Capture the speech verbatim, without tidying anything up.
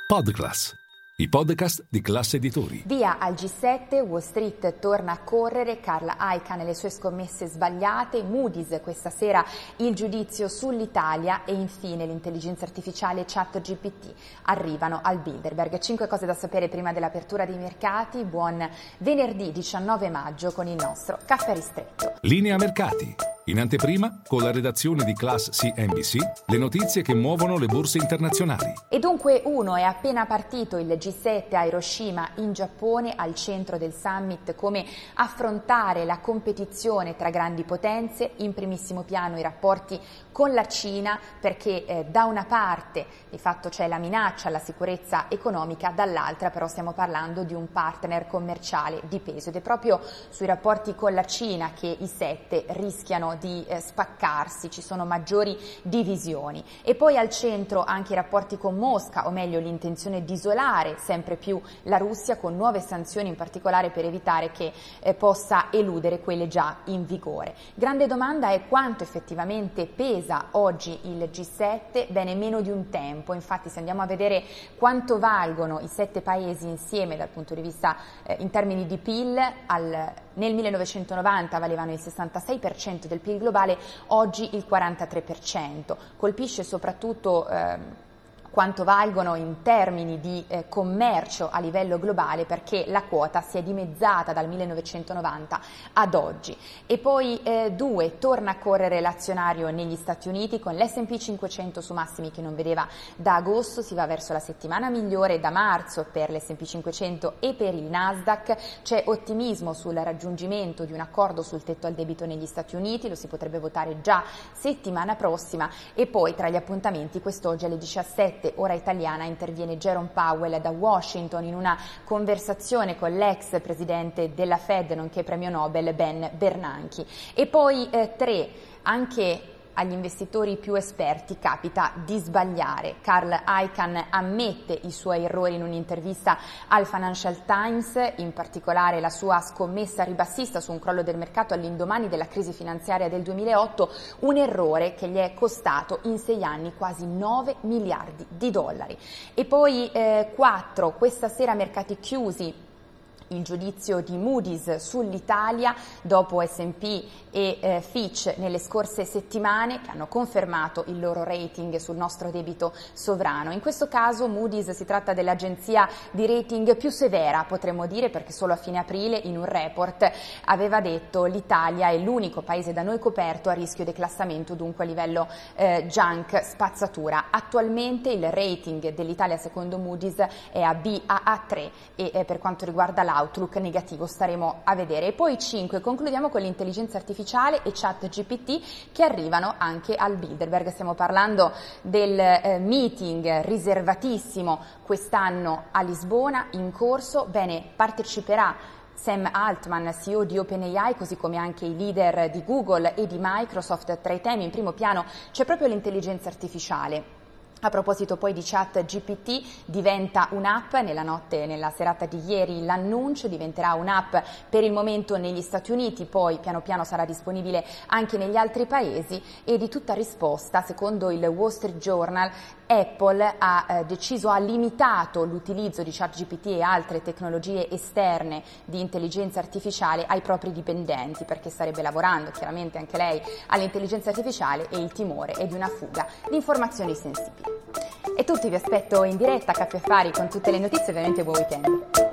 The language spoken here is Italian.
Podclass, i podcast di Class Editori. Via al G sette, Wall Street torna a correre, Carl Icahn e le sue scommesse sbagliate, Moody's questa sera il giudizio sull'Italia e infine l'intelligenza artificiale ChatGPT arrivano al Bilderberg. Cinque cose da sapere prima dell'apertura dei mercati. Buon venerdì diciannove maggio con il nostro caffè ristretto. Linea mercati. In anteprima, con la redazione di Class C N B C, le notizie che muovono le borse internazionali. E dunque uno, è appena partito il G sette a Hiroshima in Giappone, al centro del summit come affrontare la competizione tra grandi potenze, in primissimo piano i rapporti con la Cina, perché eh, da una parte di fatto c'è la minaccia alla sicurezza economica, dall'altra però stiamo parlando di un partner commerciale di peso ed è proprio sui rapporti con la Cina che i sette rischiano di eh, spaccarsi, ci sono maggiori divisioni. E poi al centro anche i rapporti con Mosca, o meglio l'intenzione di isolare sempre più la Russia con nuove sanzioni, in particolare per evitare che eh, possa eludere quelle già in vigore. Grande domanda è quanto effettivamente pesa oggi il G sette? Bene, meno di un tempo. Infatti se andiamo a vedere quanto valgono i sette paesi insieme dal punto di vista eh, in termini di P I L, al, nel millenovecentonovanta valevano il sessantasei per cento del P I L globale, oggi il quarantatré per cento. Colpisce soprattutto eh, quanto valgono in termini di eh, commercio a livello globale, perché la quota si è dimezzata dal millenovecentonovanta ad oggi. E poi eh, due, torna a correre l'azionario negli Stati Uniti con l'S and P cinquecento su massimi che non vedeva da agosto, si va verso la settimana migliore da marzo per l'S and P cinquecento e per il Nasdaq. C'è ottimismo sul raggiungimento di un accordo sul tetto al debito negli Stati Uniti, lo si potrebbe votare già settimana prossima. E poi tra gli appuntamenti quest'oggi alle diciassette ora italiana interviene Jerome Powell da Washington in una conversazione con l'ex presidente della Fed nonché premio Nobel Ben Bernanke. E poi eh, tre, anche agli investitori più esperti capita di sbagliare. Carl Icahn ammette i suoi errori in un'intervista al Financial Times, in particolare la sua scommessa ribassista su un crollo del mercato all'indomani della crisi finanziaria del duemilaotto, un errore che gli è costato in sei anni quasi nove miliardi di dollari. E poi eh, quattro, questa sera mercati chiusi, il giudizio di Moody's sull'Italia dopo S and P e eh, Fitch nelle scorse settimane che hanno confermato il loro rating sul nostro debito sovrano. In questo caso Moody's si tratta dell'agenzia di rating più severa, potremmo dire, perché solo a fine aprile in un report aveva detto l'Italia è l'unico paese da noi coperto a rischio declassamento, dunque a livello eh, junk spazzatura. Attualmente il rating dell'Italia secondo Moody's è a B A A tre e eh, per quanto riguarda la outlook negativo staremo a vedere. E poi cinque, concludiamo con l'intelligenza artificiale e ChatGPT che arrivano anche al Bilderberg. Stiamo parlando del eh, meeting riservatissimo quest'anno a Lisbona in corso. Bene, parteciperà Sam Altman, C E O di OpenAI, così come anche i leader di Google e di Microsoft. Tra i temi in primo piano c'è proprio l'intelligenza artificiale. A proposito poi di ChatGPT, diventa un'app, nella notte, nella serata di ieri l'annuncio, diventerà un'app per il momento negli Stati Uniti, poi piano piano sarà disponibile anche negli altri paesi. E di tutta risposta, secondo il Wall Street Journal, Apple ha eh, deciso, ha limitato l'utilizzo di ChatGPT e altre tecnologie esterne di intelligenza artificiale ai propri dipendenti, perché starebbe lavorando chiaramente anche lei all'intelligenza artificiale e il timore è di una fuga di informazioni sensibili. E tutti vi aspetto in diretta a Caffè Affari con tutte le notizie, ovviamente buon weekend.